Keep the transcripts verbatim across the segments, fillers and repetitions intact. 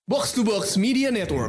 Box to Box Media Network.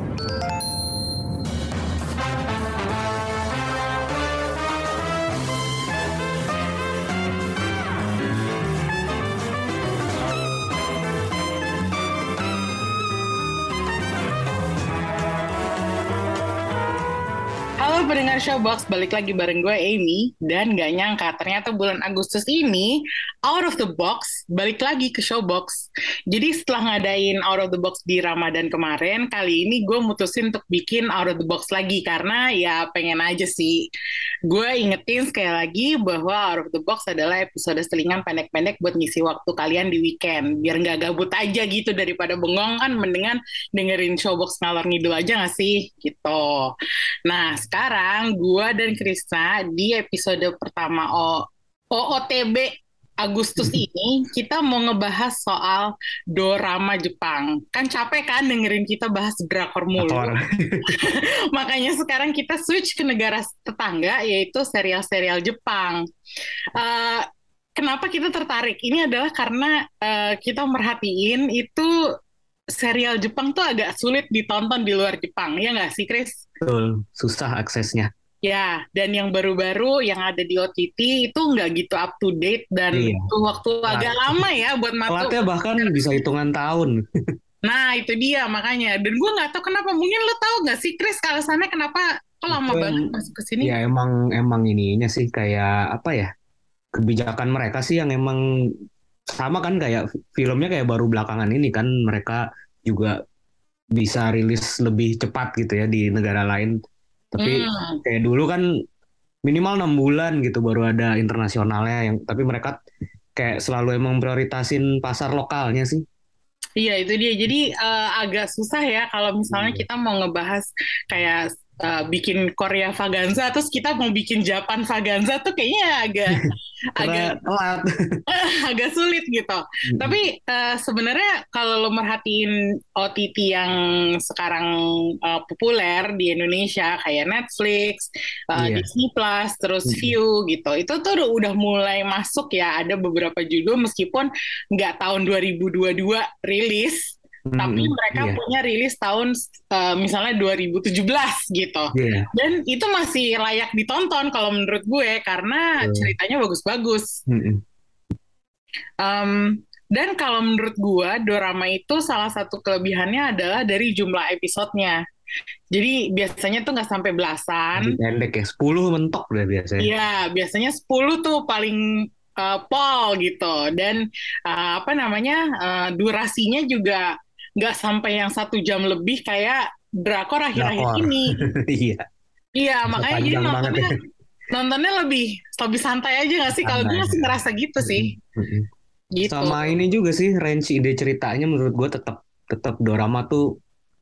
Halo pendengar Showbox, balik lagi bareng gue Amy. Dan gak nyangka ternyata bulan Agustus ini Out of the Box balik lagi ke Showbox. Jadi setelah ngadain Out of the Box di Ramadan kemarin, kali ini gue mutusin untuk bikin Out of the Box lagi. Karena ya pengen aja sih. Gue ingetin sekali lagi bahwa Out of the Box adalah episode selingan pendek-pendek buat ngisi waktu kalian di weekend. Biar gak gabut aja gitu, daripada bengong kan mendingan dengerin Showbox ngalor ngidul aja gak sih? Gitu. Nah, sekarang gue dan Krisna di episode pertama O- OOTB Agustus ini kita mau ngebahas soal dorama Jepang. Kan capek kan dengerin kita bahas drakor mulu. Akor. Makanya sekarang kita switch ke negara tetangga, yaitu serial-serial Jepang. Eh, kenapa kita tertarik? Ini adalah karena eh, kita merhatiin itu serial Jepang tuh agak sulit ditonton di luar Jepang. Ya nggak sih, Kris? Betul, susah aksesnya. Ya, dan yang baru-baru yang ada di O T T itu nggak gitu up to date dan Iya. butuh waktu agak Telat. lama ya buat masuk. Telatnya bahkan bisa hitungan tahun. Nah, itu dia makanya. Dan gue nggak tahu kenapa. Mungkin lo tahu nggak sih, Kris, alasannya kenapa kok lama Itu banget em- masuk ke sini? Ya emang emang ininya sih kayak apa ya? Kebijakan mereka sih yang emang sama kan kayak filmnya kayak baru belakangan ini kan mereka juga bisa rilis lebih cepat gitu ya di negara lain. Tapi Hmm. kayak dulu kan minimal enam bulan gitu baru ada internasionalnya yang tapi mereka kayak selalu emang prioritasin pasar lokalnya sih. Iya, itu dia. Jadi eh, agak susah ya kalau misalnya Iya. kita mau ngebahas kayak eh, bikin Korea Vaganza, terus kita mau bikin Japan Vaganza tuh kayaknya agak agak Karena telat. agak sulit gitu. Tapi eh, sebenarnya kalau lo merhatiin O T T yang sekarang eh, populer di Indonesia kayak Netflix, eh, Iya. Disney Plus, terus Mm-mm. Viu gitu, itu tuh udah, udah mulai masuk ya. Ada beberapa judul meskipun nggak tahun dua ribu dua puluh dua rilis, tapi Mm-mm. mereka Iya. punya rilis tahun eh, misalnya dua ribu tujuh belas gitu. Iya. Dan itu masih layak ditonton kalau menurut gue karena Betul. ceritanya bagus-bagus. Mm-mm. Um, dan kalau menurut gua, dorama itu salah satu kelebihannya adalah dari jumlah episodenya. Jadi biasanya tuh nggak sampai Lebih belasan. pendek ya, sepuluh mentok udah biasanya. Iya, biasanya sepuluh tuh paling uh, pol gitu. Dan uh, apa namanya, uh, durasinya juga nggak sampai yang satu jam lebih kayak drakor akhir-akhir Drakor. ini. Iya, Iya, bisa makanya jadi panjang banget ya. nontonnya nontonnya lebih lebih santai aja nggak sih? Kalau gue Santai. masih ngerasa gitu sih, Mm-mm. gitu. Sama ini juga sih range ide ceritanya menurut gue tetap tetap dorama tuh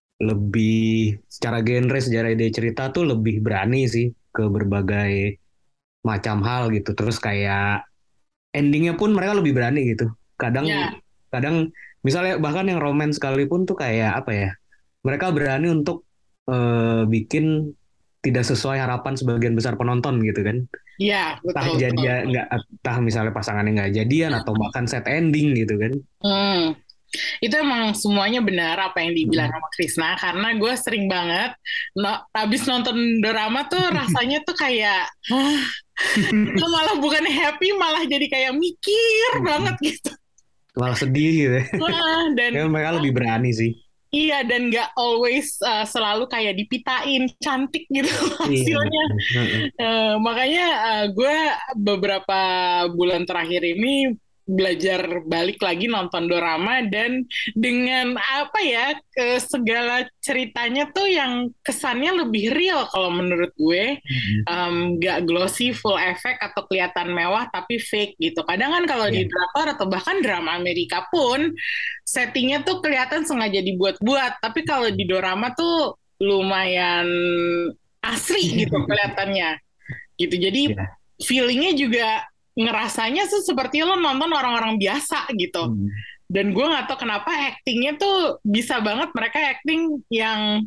lebih secara genre, secara ide cerita tuh lebih berani sih ke berbagai macam hal gitu. Terus kayak endingnya pun mereka lebih berani gitu. Kadang Ya. kadang misalnya bahkan yang romance sekalipun tuh kayak apa ya? Mereka berani untuk eh, bikin tidak sesuai harapan sebagian besar penonton gitu kan. Iya, Entah betul, betul, jadian betul. nggak, entah misalnya pasangannya nggak jadian atau bahkan set ending gitu kan. Hmm, itu emang semuanya benar apa yang dibilang Mm. sama Krisna, karena gue sering banget no, abis nonton drama tuh rasanya tuh kayak, hah, itu malah bukan happy, malah jadi kayak mikir banget gitu. Malah sedih gitu ya. Wah, dan Ya, mereka lebih berani sih. iya, dan nggak always uh, selalu kayak dipitain cantik gitu Iya hasilnya. betul. Heeh. Eh, makanya eh, gue beberapa bulan terakhir ini belajar balik lagi nonton dorama dan dengan apa ya ke segala ceritanya tuh yang kesannya lebih real kalau menurut gue. Mm-mm. Em, nggak glossy full effect atau kelihatan mewah tapi fake gitu. Kadang kan kalau di Iya. drakor atau bahkan drama Amerika pun settingnya tuh kelihatan sengaja dibuat-buat, tapi kalau di dorama tuh lumayan asli gitu kelihatannya gitu. Jadi Iya. feelingnya juga ngerasanya tuh seperti lo nonton orang-orang biasa gitu. Mm. Dan gue nggak tahu kenapa actingnya tuh bisa banget mereka acting yang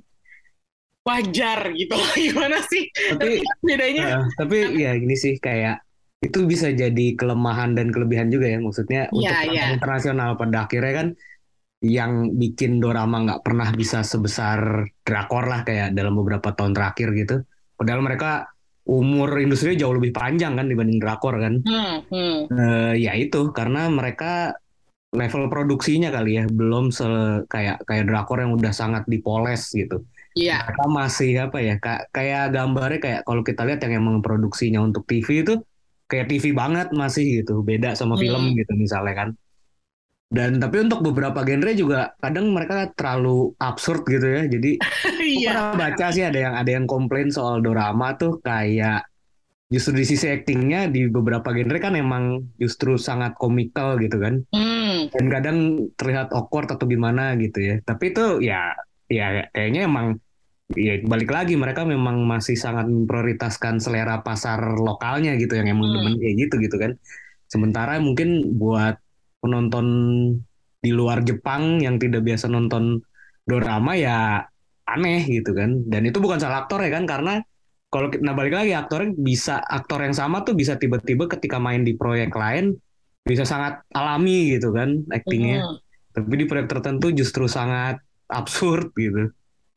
wajar gitu. Gimana sih? Tapi Bedanya? eh, tapi ya gini sih kayak itu bisa jadi kelemahan dan kelebihan juga ya maksudnya untuk Iya, pasar iya. internasional pada akhirnya kan yang bikin dorama nggak pernah bisa sebesar drakor lah kayak dalam beberapa tahun terakhir gitu. Padahal mereka umur industrinya jauh lebih panjang kan dibanding drakor kan. Hmm, hmm. Eh, ya itu karena mereka level produksinya kali ya belum se kayak kayak drakor yang udah sangat dipoles gitu. Iya. Mereka masih apa ya ka- kayak gambarnya kayak kalau kita lihat yang emang produksinya untuk T V itu kayak T V banget masih gitu. Beda sama film Hmm. gitu misalnya kan. Dan tapi untuk beberapa genre juga kadang mereka terlalu absurd gitu ya. Jadi aku Iya. pernah baca sih ada yang ada yang komplain soal dorama tuh kayak justru di sisi aktingnya di beberapa genre kan emang justru sangat komikal gitu kan. Hmm. Dan kadang terlihat awkward atau gimana gitu ya. Tapi itu ya ya kayaknya emang ya balik lagi mereka memang masih sangat memprioritaskan selera pasar lokalnya gitu yang emang Hmm. demen kayak gitu gitu kan. Sementara mungkin buat penonton di luar Jepang yang tidak biasa nonton dorama ya aneh gitu kan. Dan itu bukan salah aktor ya kan karena kalau kita nah balik lagi aktornya bisa aktor yang sama tuh bisa tiba-tiba ketika main di proyek lain bisa sangat alami gitu kan aktingnya. Hmm. Tapi di proyek tertentu justru sangat absurd gitu.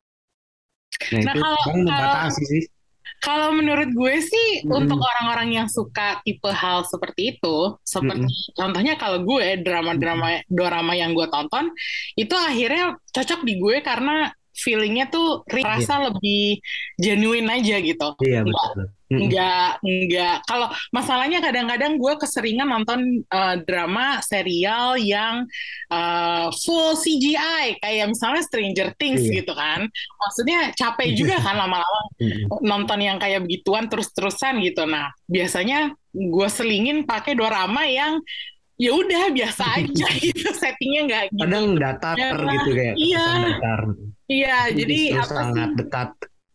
Nah Nah, itu kalau memang kalau membatasi sih. kalau menurut gue sih untuk Mm-mm. orang-orang yang suka tipe hal seperti itu, seperti Mm-mm. contohnya kalau gue Mm-mm. drama-drama dorama yang gue tonton itu akhirnya cocok di gue karena feelingnya tuh Iya, rasa lebih genuine aja gitu. iya Nggak betul. Mm-mm. nggak nggak kalau masalahnya kadang-kadang gue keseringan nonton eh, drama serial yang eh, full C G I kayak misalnya Stranger Things Iya. gitu kan, maksudnya capek juga kan lama-lama Mm-mm. nonton yang kayak begituan terus-terusan gitu. Nah biasanya gue selingin pakai dorama yang ya udah biasa aja gitu, settingnya nggak gitu. Kadang datar Ya, gitu kayak iya, terkesan datar. iya. Tapi Jadi justru apa sih? sangat dekat.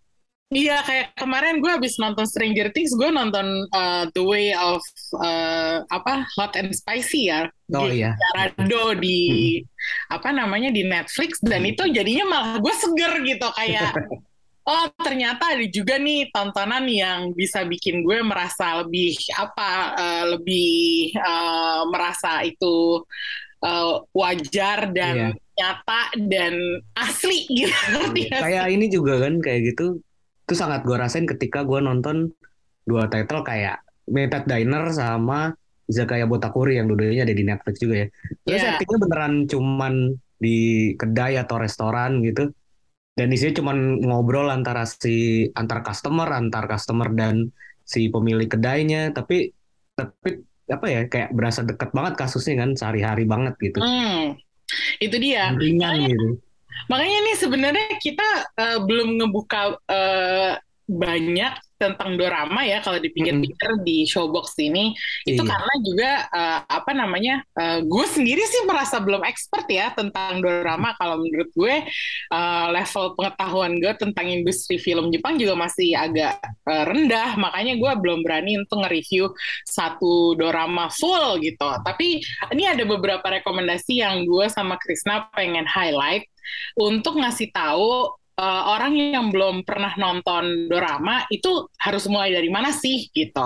Iya, kayak kemarin gue habis nonton Stranger Things, gue nonton uh, The Way of uh, apa Hot and Spicy ya, Oh iya. Rado di Mm-mm. apa namanya di Netflix, dan itu jadinya malah gue seger gitu kayak oh ternyata ada juga nih tontonan yang bisa bikin gue merasa lebih apa uh, lebih uh, merasa itu uh, wajar dan Iya. nyata dan asli gitu. Ngerti Iya. gak Kayak sih? ini juga kan kayak gitu. Itu sangat gue rasain ketika gue nonton dua title kayak Method Diner sama Izakaya Botakuri yang dua-duanya ada di Netflix juga ya. Terus Ya, settingnya beneran cuman di kedai atau restoran gitu. Dan di sini cuman ngobrol antara si antar customer, antar customer dan si pemilik kedainya. Tapi tapi apa ya kayak berasa deket banget kasusnya kan sehari-hari banget gitu. hmm, itu dia. Ringan gitu. Makanya nih sebenarnya kita eh, belum ngebuka eh, banyak tentang dorama ya kalau Mm-mm. dipikir-pikir di Showbox ini. Itu Iya. karena juga eh, apa namanya eh, gue sendiri sih merasa belum expert ya tentang dorama. Kalau menurut gue eh, level pengetahuan gue tentang industri film Jepang juga masih agak eh, rendah. Makanya gue belum berani untuk nge-review satu dorama full gitu. Tapi ini ada beberapa rekomendasi yang gue sama Krisna pengen highlight untuk ngasih tahu uh, orang yang belum pernah nonton dorama itu harus mulai dari mana sih gitu.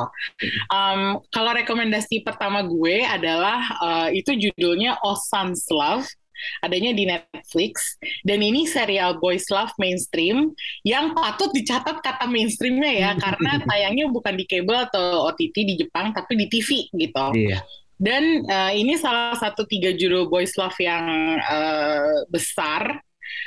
Um, kalau rekomendasi pertama gue adalah uh, itu judulnya Osan's Love, adanya di Netflix, dan ini serial boys love mainstream yang patut dicatat kata mainstreamnya ya karena tayangnya bukan di kabel atau O T T di Jepang tapi di T V gitu. Iya. Dan uh, ini salah satu tiga judul boys love yang uh, besar.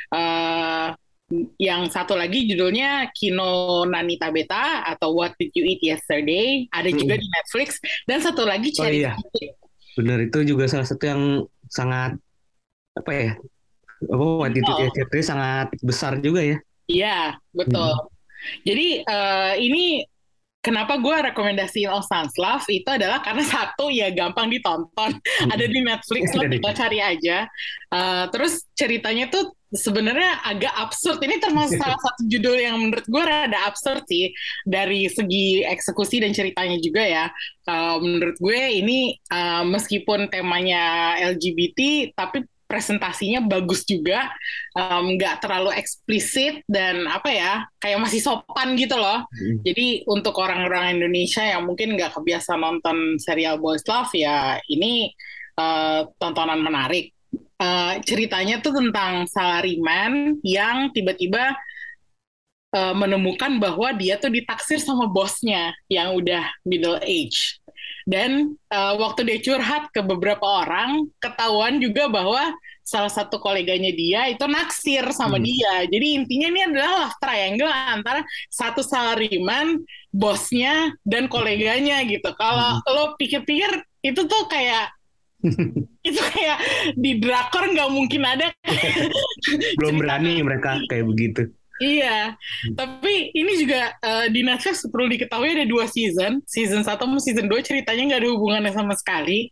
Uh, yang satu lagi judulnya Kino Nanita Beta atau What Did You Eat Yesterday, ada juga Mm-mm. di Netflix. Dan satu lagi Oh Cherry iya, Magic. benar itu juga salah satu yang sangat apa ya? Apa waktu itu Oh, ya sangat besar juga ya. iya, betul. Mm-mm. Jadi uh, ini kenapa gue rekomendasiin All Sans Love itu adalah karena satu ya gampang ditonton, ada di Netflix lo Dari tinggal cari aja. Uh, terus ceritanya tuh sebenarnya agak absurd. Ini termasuk salah satu judul yang menurut gue rada absurd sih dari segi eksekusi dan ceritanya juga ya. Uh, menurut gue ini uh, meskipun temanya L G B T tapi presentasinya bagus juga, um, nggak terlalu eksplisit dan apa ya, kayak masih sopan gitu loh. Mm-mm. Jadi untuk orang-orang Indonesia yang mungkin nggak kebiasa nonton serial boys love ya ini uh, tontonan menarik. uh, ceritanya tuh tentang salaryman yang tiba-tiba uh, menemukan bahwa dia tuh ditaksir sama bosnya yang udah middle age. Dan uh, waktu dia curhat ke beberapa orang, ketahuan juga bahwa salah satu koleganya dia itu naksir sama Hmm. dia. Jadi intinya ini adalah love triangle antara satu salaryman, bosnya, dan koleganya gitu. Kalau Hmm. lo pikir-pikir itu tuh kayak itu kayak di drakor nggak mungkin ada Belum cerita. berani mereka kayak begitu. Iya, tapi ini juga uh, di Netflix perlu diketahui ada dua season, season satu sama season dua ceritanya nggak ada hubungannya sama sekali.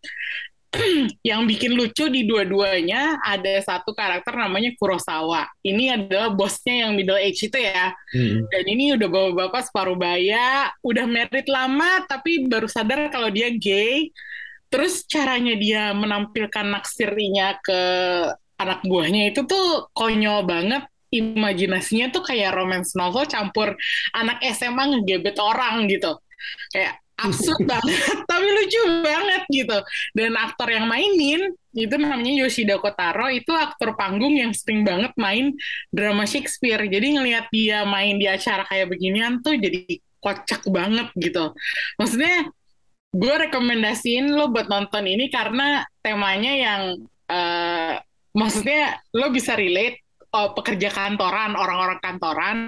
Yang bikin lucu di dua-duanya ada satu karakter namanya Kurosawa. Ini adalah bosnya yang middle age itu ya. Hmm. Dan ini udah bapak-bapak separuh baya, udah married lama tapi baru sadar kalau dia gay. Terus caranya dia menampilkan naksirnya ke anak buahnya itu tuh konyol banget. Imajinasinya tuh kayak romance novel campur anak S M A ngegebet orang gitu. Kayak absurd banget, tapi lucu banget gitu. Dan aktor yang mainin, itu namanya Yoshida Kotaro, itu aktor panggung yang sering banget main drama Shakespeare. Jadi ngelihat dia main di acara kayak beginian tuh jadi kocak banget gitu. Maksudnya, gue rekomendasiin lo buat nonton ini karena temanya yang, uh, maksudnya lo bisa relate, oh, pekerja kantoran, orang-orang kantoran,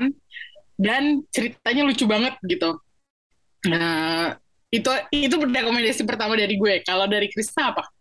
dan ceritanya lucu banget gitu. Nah, itu itu rekomendasi pertama dari gue. Kalau dari Krisna apa?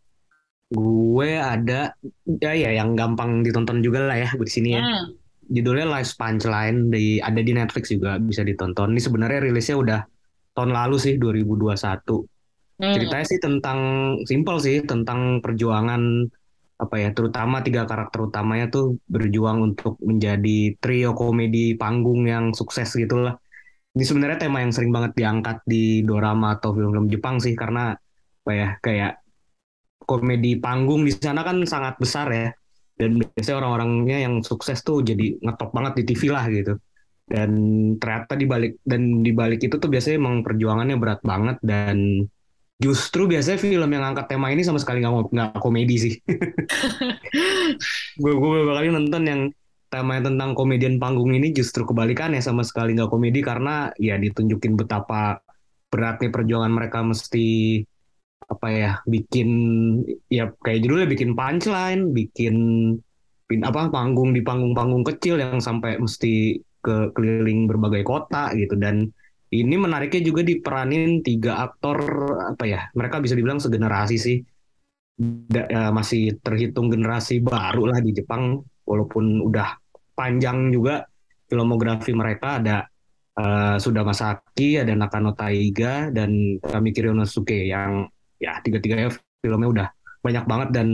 Gue ada ya ya yang gampang ditonton juga lah ya di sini ya. Hmm. Judulnya Life's Punchline, di ada di Netflix juga bisa ditonton. Ini sebenarnya rilisnya udah tahun lalu sih, dua ribu dua puluh satu. Hmm. Ceritanya sih tentang simple sih, tentang perjuangan apa ya, terutama tiga karakter utamanya tuh berjuang untuk menjadi trio komedi panggung yang sukses gitu lah. Ini sebenarnya tema yang sering banget diangkat di dorama atau film-film Jepang sih, karena apa ya, kayak komedi panggung di sana kan sangat besar ya, dan biasanya orang-orangnya yang sukses tuh jadi ngetop banget di T V lah gitu. Dan ternyata di balik dan di balik itu tuh biasanya emang perjuangannya berat banget, dan justru biasanya film yang angkat tema ini sama sekali nggak nggak komedi sih. gue gue beberapa kali nonton yang temanya tentang komedian panggung ini justru kebalikannya, sama sekali nggak komedi, karena ya ditunjukin betapa beratnya perjuangan mereka, mesti apa ya, bikin ya kayak judulnya, bikin punchline, bikin pin- apa panggung di panggung-panggung kecil yang sampai mesti ke keliling berbagai kota gitu. Dan ini menariknya juga diperanin tiga aktor apa ya, mereka bisa dibilang segenerasi sih. Da- ya, masih terhitung generasi baru lah di Jepang, walaupun udah panjang juga filmografi mereka. Ada eh, Suda Masaki, ada Nakano Taiga, dan Kamiki Ryonosuke, yang ya tiga-tiganya filmnya udah banyak banget. Dan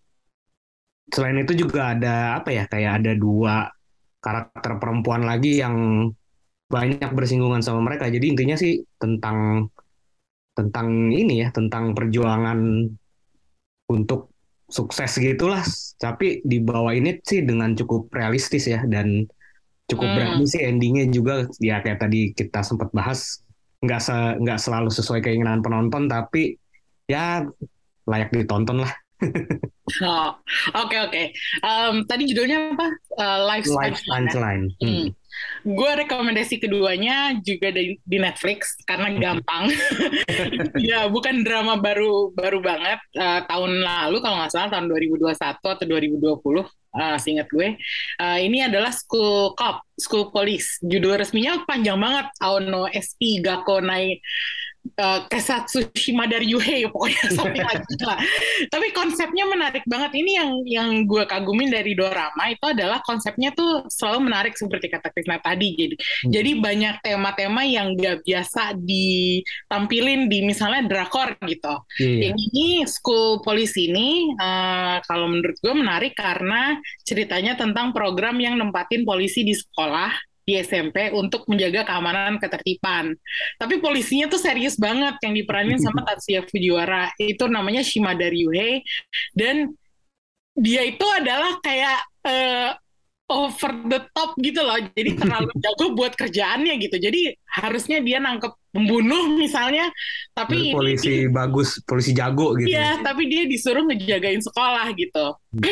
selain itu juga ada apa ya, kayak ada dua karakter perempuan lagi yang banyak bersinggungan sama mereka. Jadi intinya sih tentang tentang ini ya, tentang perjuangan untuk sukses gitulah. Tapi dibawa ini sih dengan cukup realistis ya, dan cukup berani Hmm. sih endingnya juga. Ya kayak tadi kita sempat bahas, nggak se nggak selalu sesuai keinginan penonton, tapi ya layak ditonton lah. Oh, oke oke. Em, tadi judulnya apa? Uh, Life's Life Punchline ya? Punchline. Hmm. Hmm. Gue rekomendasi keduanya juga di, di Netflix karena gampang. Ya, bukan drama baru baru banget. Eh, tahun lalu kalau nggak salah tahun dua ribu dua puluh satu atau dua ribu dua puluh, eh, seingat gue. Eh, ini adalah School Cop, School Police. Judul resminya panjang banget. Aono S I Gakko Nai uh, Kesatsu Shimada Ryuhei, pokoknya something like that lah. Tapi konsepnya menarik banget. Ini yang yang gue kagumin dari dorama itu adalah konsepnya tuh selalu menarik seperti kata Krisna tadi. Jadi Hmm. jadi banyak tema-tema yang gak biasa ditampilin di misalnya drakor gitu. Iya. Yang ini School Police ini uh, kalau menurut gue menarik karena ceritanya tentang program yang nempatin polisi di sekolah di S M P untuk menjaga keamanan ketertiban. Tapi polisinya tuh serius banget yang diperanin sama Tatsuya Fujiwara. Itu namanya Shimada Ryuhei, dan dia itu adalah kayak uh, over the top gitu loh. Jadi terlalu jago buat kerjaannya gitu. Jadi harusnya dia nangkep pembunuh misalnya, Dari tapi ini polisi di- bagus, polisi jago gitu. iya, tapi dia disuruh ngejagain sekolah gitu.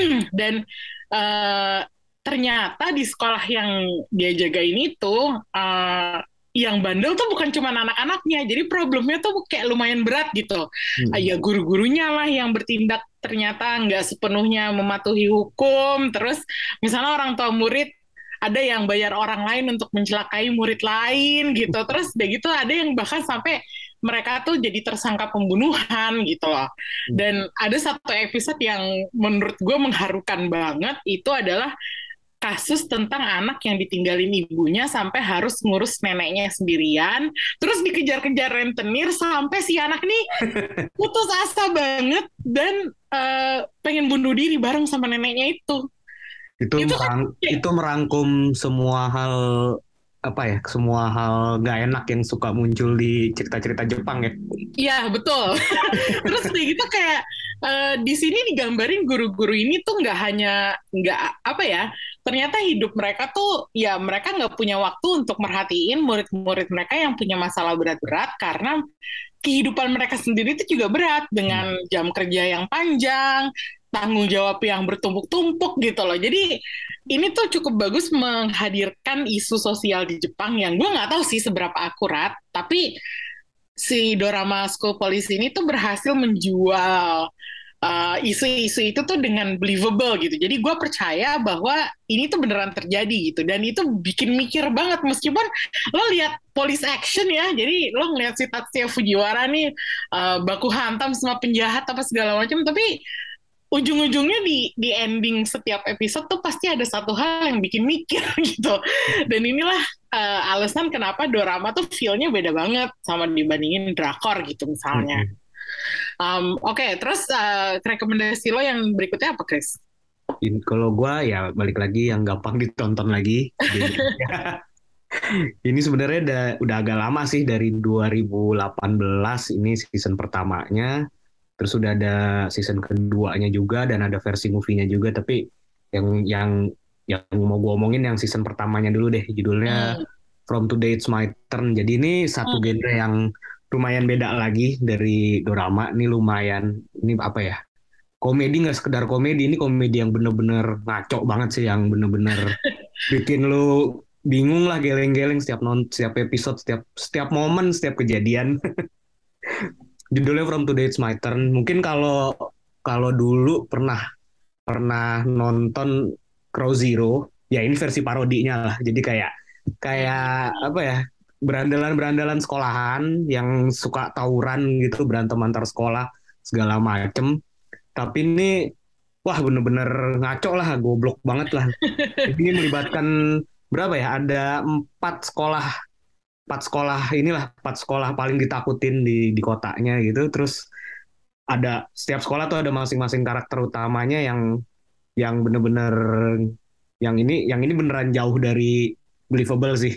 Dan eh, ternyata di sekolah yang dia jagain itu eh, yang bandel tuh bukan cuma anak-anaknya. Jadi problemnya tuh kayak lumayan berat gitu. Hmm. Ah, ya guru-gurunya lah yang bertindak ternyata nggak sepenuhnya mematuhi hukum. Terus misalnya orang tua murid ada yang bayar orang lain untuk mencelakai murid lain gitu. Terus udah gitu ada yang bahkan sampai mereka tuh jadi tersangka pembunuhan gitu loh. Dan ada satu episode yang menurut gue mengharukan banget, itu adalah kasus tentang anak yang ditinggalin ibunya sampai harus ngurus neneknya sendirian, terus dikejar-kejar rentenir sampai si anak nih putus asa banget dan eh, pengen bunuh diri bareng sama neneknya itu. Itu Itu kan merang- kayak, itu merangkum semua hal apa ya, semua hal nggak enak yang suka muncul di cerita-cerita Jepang ya. iya betul. Terus kayak gitu kayak eh, di sini digambarin guru-guru ini tuh nggak hanya nggak apa ya, ternyata hidup mereka tuh ya mereka nggak punya waktu untuk merhatiin murid-murid mereka yang punya masalah berat-berat karena kehidupan mereka sendiri itu juga berat dengan jam kerja yang panjang, tanggung jawab yang bertumpuk-tumpuk gitu loh. Jadi ini tuh cukup bagus menghadirkan isu sosial di Jepang yang gue nggak tahu sih seberapa akurat, tapi si dorama School Police ini tuh berhasil menjual uh, isu-isu itu tuh dengan believable gitu. Jadi gue percaya bahwa ini tuh beneran terjadi gitu. Dan itu bikin mikir banget meskipun lo lihat police action ya. Jadi lo ngeliat si Tatsuya Fujiwara nih uh, baku hantam sama penjahat apa segala macam. Tapi ujung-ujungnya di di ending setiap episode tuh pasti ada satu hal yang bikin mikir gitu. Dan inilah uh, alasan kenapa dorama tuh feel-nya beda banget sama dibandingin drakor gitu misalnya. Um, Oke, okay, terus uh, rekomendasi lo yang berikutnya apa, Chris? In- Kalau gua ya balik lagi yang gampang ditonton lagi. Ini sebenarnya udah, udah agak lama sih, dari dua ribu delapan belas ini season pertamanya. Terus udah ada season keduanya juga dan ada versi movie-nya juga. Tapi yang yang yang mau gue omongin yang season pertamanya dulu deh. Judulnya Hmm. From Today It's My Turn. Jadi ini satu Hmm. genre yang lumayan beda lagi dari dorama. Ini lumayan, ini apa ya? Komedi, nggak sekedar komedi. Ini komedi yang bener-bener ngaco banget sih, yang bener-bener bikin lu bingung lah, geleng-geleng setiap non setiap episode, setiap setiap momen, setiap kejadian. Judulnya From Today It's My Turn. Mungkin kalau kalau dulu pernah pernah nonton Crow Zero, ya ini versi parodinya lah. Jadi kayak kayak apa ya? Berandalan-berandalan sekolahan yang suka tawuran gitu, berantem antar sekolah segala macem. Tapi ini wah bener-bener ngaco lah, goblok banget lah. Jadi ini melibatkan berapa ya? Ada empat sekolah empat sekolah inilah empat sekolah paling ditakutin di di kotanya gitu. Terus ada setiap sekolah tuh ada masing-masing karakter utamanya yang yang bener-bener yang ini yang ini beneran jauh dari believable sih.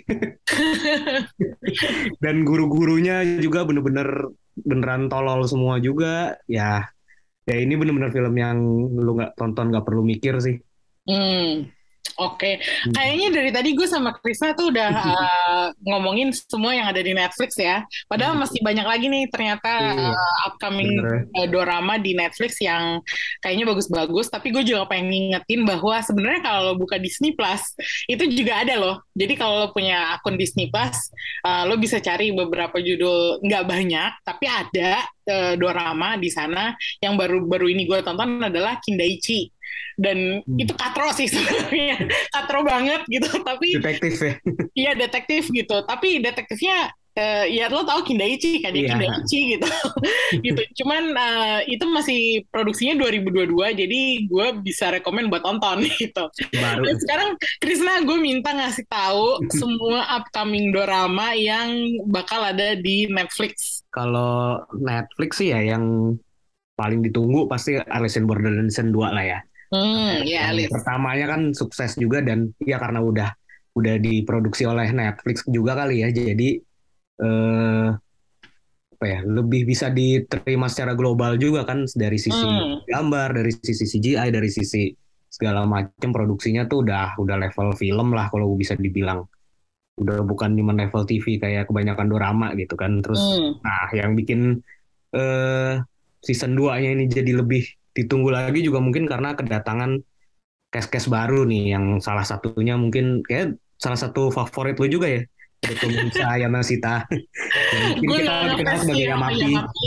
Dan guru-gurunya juga bener-bener beneran tolol semua juga. Ya ya ini bener-bener film yang lu nggak tonton nggak perlu mikir sih. Hmm. Oke, okay. Kayaknya dari tadi gue sama Krisna tuh udah uh, ngomongin semua yang ada di Netflix ya. Padahal masih banyak lagi nih ternyata uh, upcoming uh, dorama di Netflix yang kayaknya bagus-bagus. Tapi gue juga pengen ngingetin bahwa sebenarnya kalau lo buka Disney Plus itu juga ada loh. Jadi kalau lo punya akun Disney Plus, uh, lo bisa cari beberapa judul, nggak banyak, tapi ada uh, dorama di sana. Yang baru-baru ini gue tonton adalah Kindaichi. Dan hmm. itu katro sih sebenarnya, katro banget gitu. Tapi detektif ya. Iya detektif gitu. Tapi detektifnya uh, ya lo tau Kindaichi kan ya, yeah. Kindaichi gitu. Gitu. Cuman uh, itu masih produksinya dua ribu dua puluh dua, jadi gue bisa rekomen buat tonton gitu. Baru. Dan sekarang Krisna gue minta ngasih tahu semua upcoming dorama yang bakal ada di Netflix. Kalau Netflix sih ya yang paling ditunggu pasti Alice in Borderlands dua lah ya. Hmm, ya, yang pertamanya kan sukses juga dan ya karena udah udah diproduksi oleh Netflix juga kali ya, jadi eh, apa ya, lebih bisa diterima secara global juga kan, dari sisi hmm. gambar, dari sisi C G I, dari sisi segala macam produksinya tuh udah udah level film lah kalau bisa dibilang. Udah bukan cuma level T V kayak kebanyakan dorama gitu kan. Terus Hmm. nah yang bikin eh, season dua-nya ini jadi lebih ditunggu lagi juga mungkin karena kedatangan cast-cast baru nih, yang salah satunya mungkin kayak salah satu favorit lu juga ya, ada Tomisa Yamashita yang mungkin Gue kita nggak lebih kenal ngefans sebagai sih sama Yamapi. Yamapi.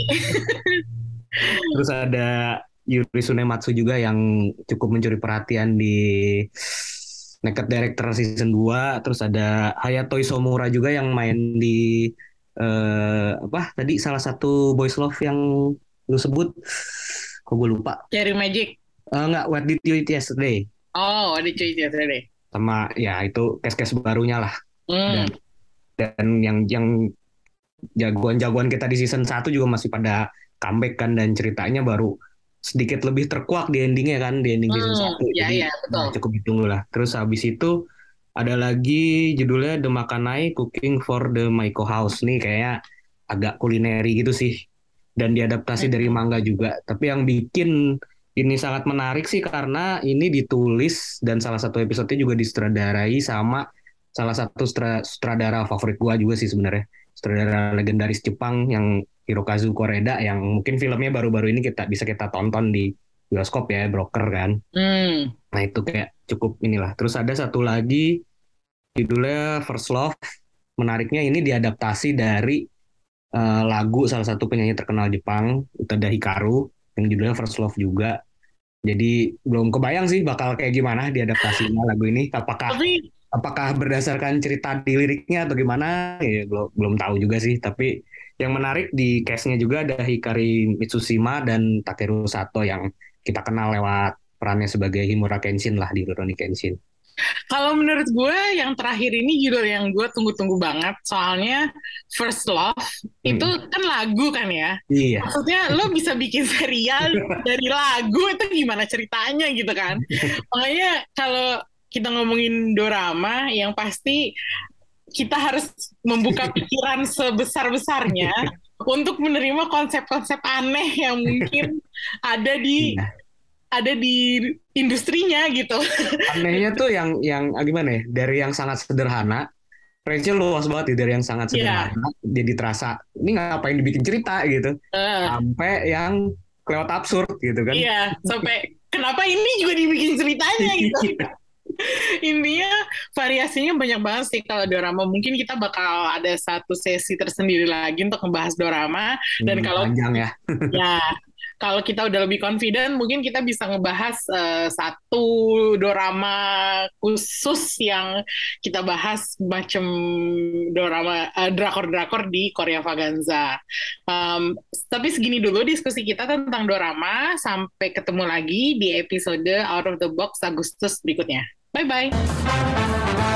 Terus ada Yuri Tsunematsu juga yang cukup mencuri perhatian di Naked Director season dua. Terus ada Hayato Isomura juga yang main di eh, apa tadi salah satu Boys Love yang lu sebut, kok gue lupa. Cherry Magic. Eh, nggak, What Did You Eat Yesterday? Oh, ada cuy ya deh. Sama ya itu case-case barunya lah. Hmm. Dan dan yang yang jagoan-jagoan kita di season satu juga masih pada comeback kan, dan ceritanya baru sedikit lebih terkuak di endingnya kan, di ending season Hmm. satu. Ya, Jadi ya, betul. nah, cukup ditunggu lah. Terus habis itu ada lagi judulnya The Makanai Cooking for the Maiko House. Nih kayak agak kulineri gitu sih. Dan diadaptasi dari Hmm. manga juga. Tapi yang bikin ini sangat menarik sih karena ini ditulis dan salah satu episodenya juga disutradarai sama salah satu sutra- sutradara favorit gua juga sih sebenarnya. Sutradara legendaris Jepang yang Hirokazu Koreda, yang mungkin filmnya baru-baru ini kita bisa kita tonton di bioskop ya, Broker kan. Hmm. Nah itu kayak cukup inilah. Terus ada satu lagi judulnya First Love. Menariknya ini diadaptasi dari eh, lagu salah satu penyanyi terkenal Jepang, Utada Hikaru, yang judulnya First Love juga. Jadi belum kebayang sih bakal kayak gimana diadaptasinya lagu ini. Apakah Tapi apakah berdasarkan cerita di liriknya atau gimana? Ya belum belum tahu juga sih. Tapi yang menarik di cast-nya juga ada Hikari Mitsushima dan Takeru Sato yang kita kenal lewat perannya sebagai Himura Kenshin lah di Rurouni Kenshin. kalau menurut gue yang terakhir ini judul yang gue tunggu-tunggu banget, soalnya First Love itu Hmm. kan lagu kan ya. Iya. Maksudnya lo bisa bikin serial dari lagu, itu gimana ceritanya gitu kan. Makanya kalau kita ngomongin dorama, yang pasti kita harus membuka pikiran sebesar-besarnya untuk menerima konsep-konsep aneh yang mungkin ada di Iya. ada di industrinya gitu. Anehnya tuh yang yang ah, gimana ya? Dari yang sangat sederhana, range-nya luas banget ya, dari yang sangat Iya. sederhana jadi terasa ini ngapain dibikin cerita gitu, Eh, sampai yang kelewat absurd gitu kan. iya, sampai kenapa ini juga dibikin ceritanya gitu. Intinya variasinya banyak banget sih kalau dorama. Mungkin kita bakal ada satu sesi tersendiri lagi untuk membahas dorama. Dan Hmm, kalau panjang ya. ya kalau kita udah lebih confident, mungkin kita bisa ngebahas eh, satu dorama khusus yang kita bahas macam dorama eh, drakor-drakor di Korea Vaganza. Um, tapi segini dulu diskusi kita tentang dorama. Sampai ketemu lagi di episode Out of the Box Agustus berikutnya. Bye-bye.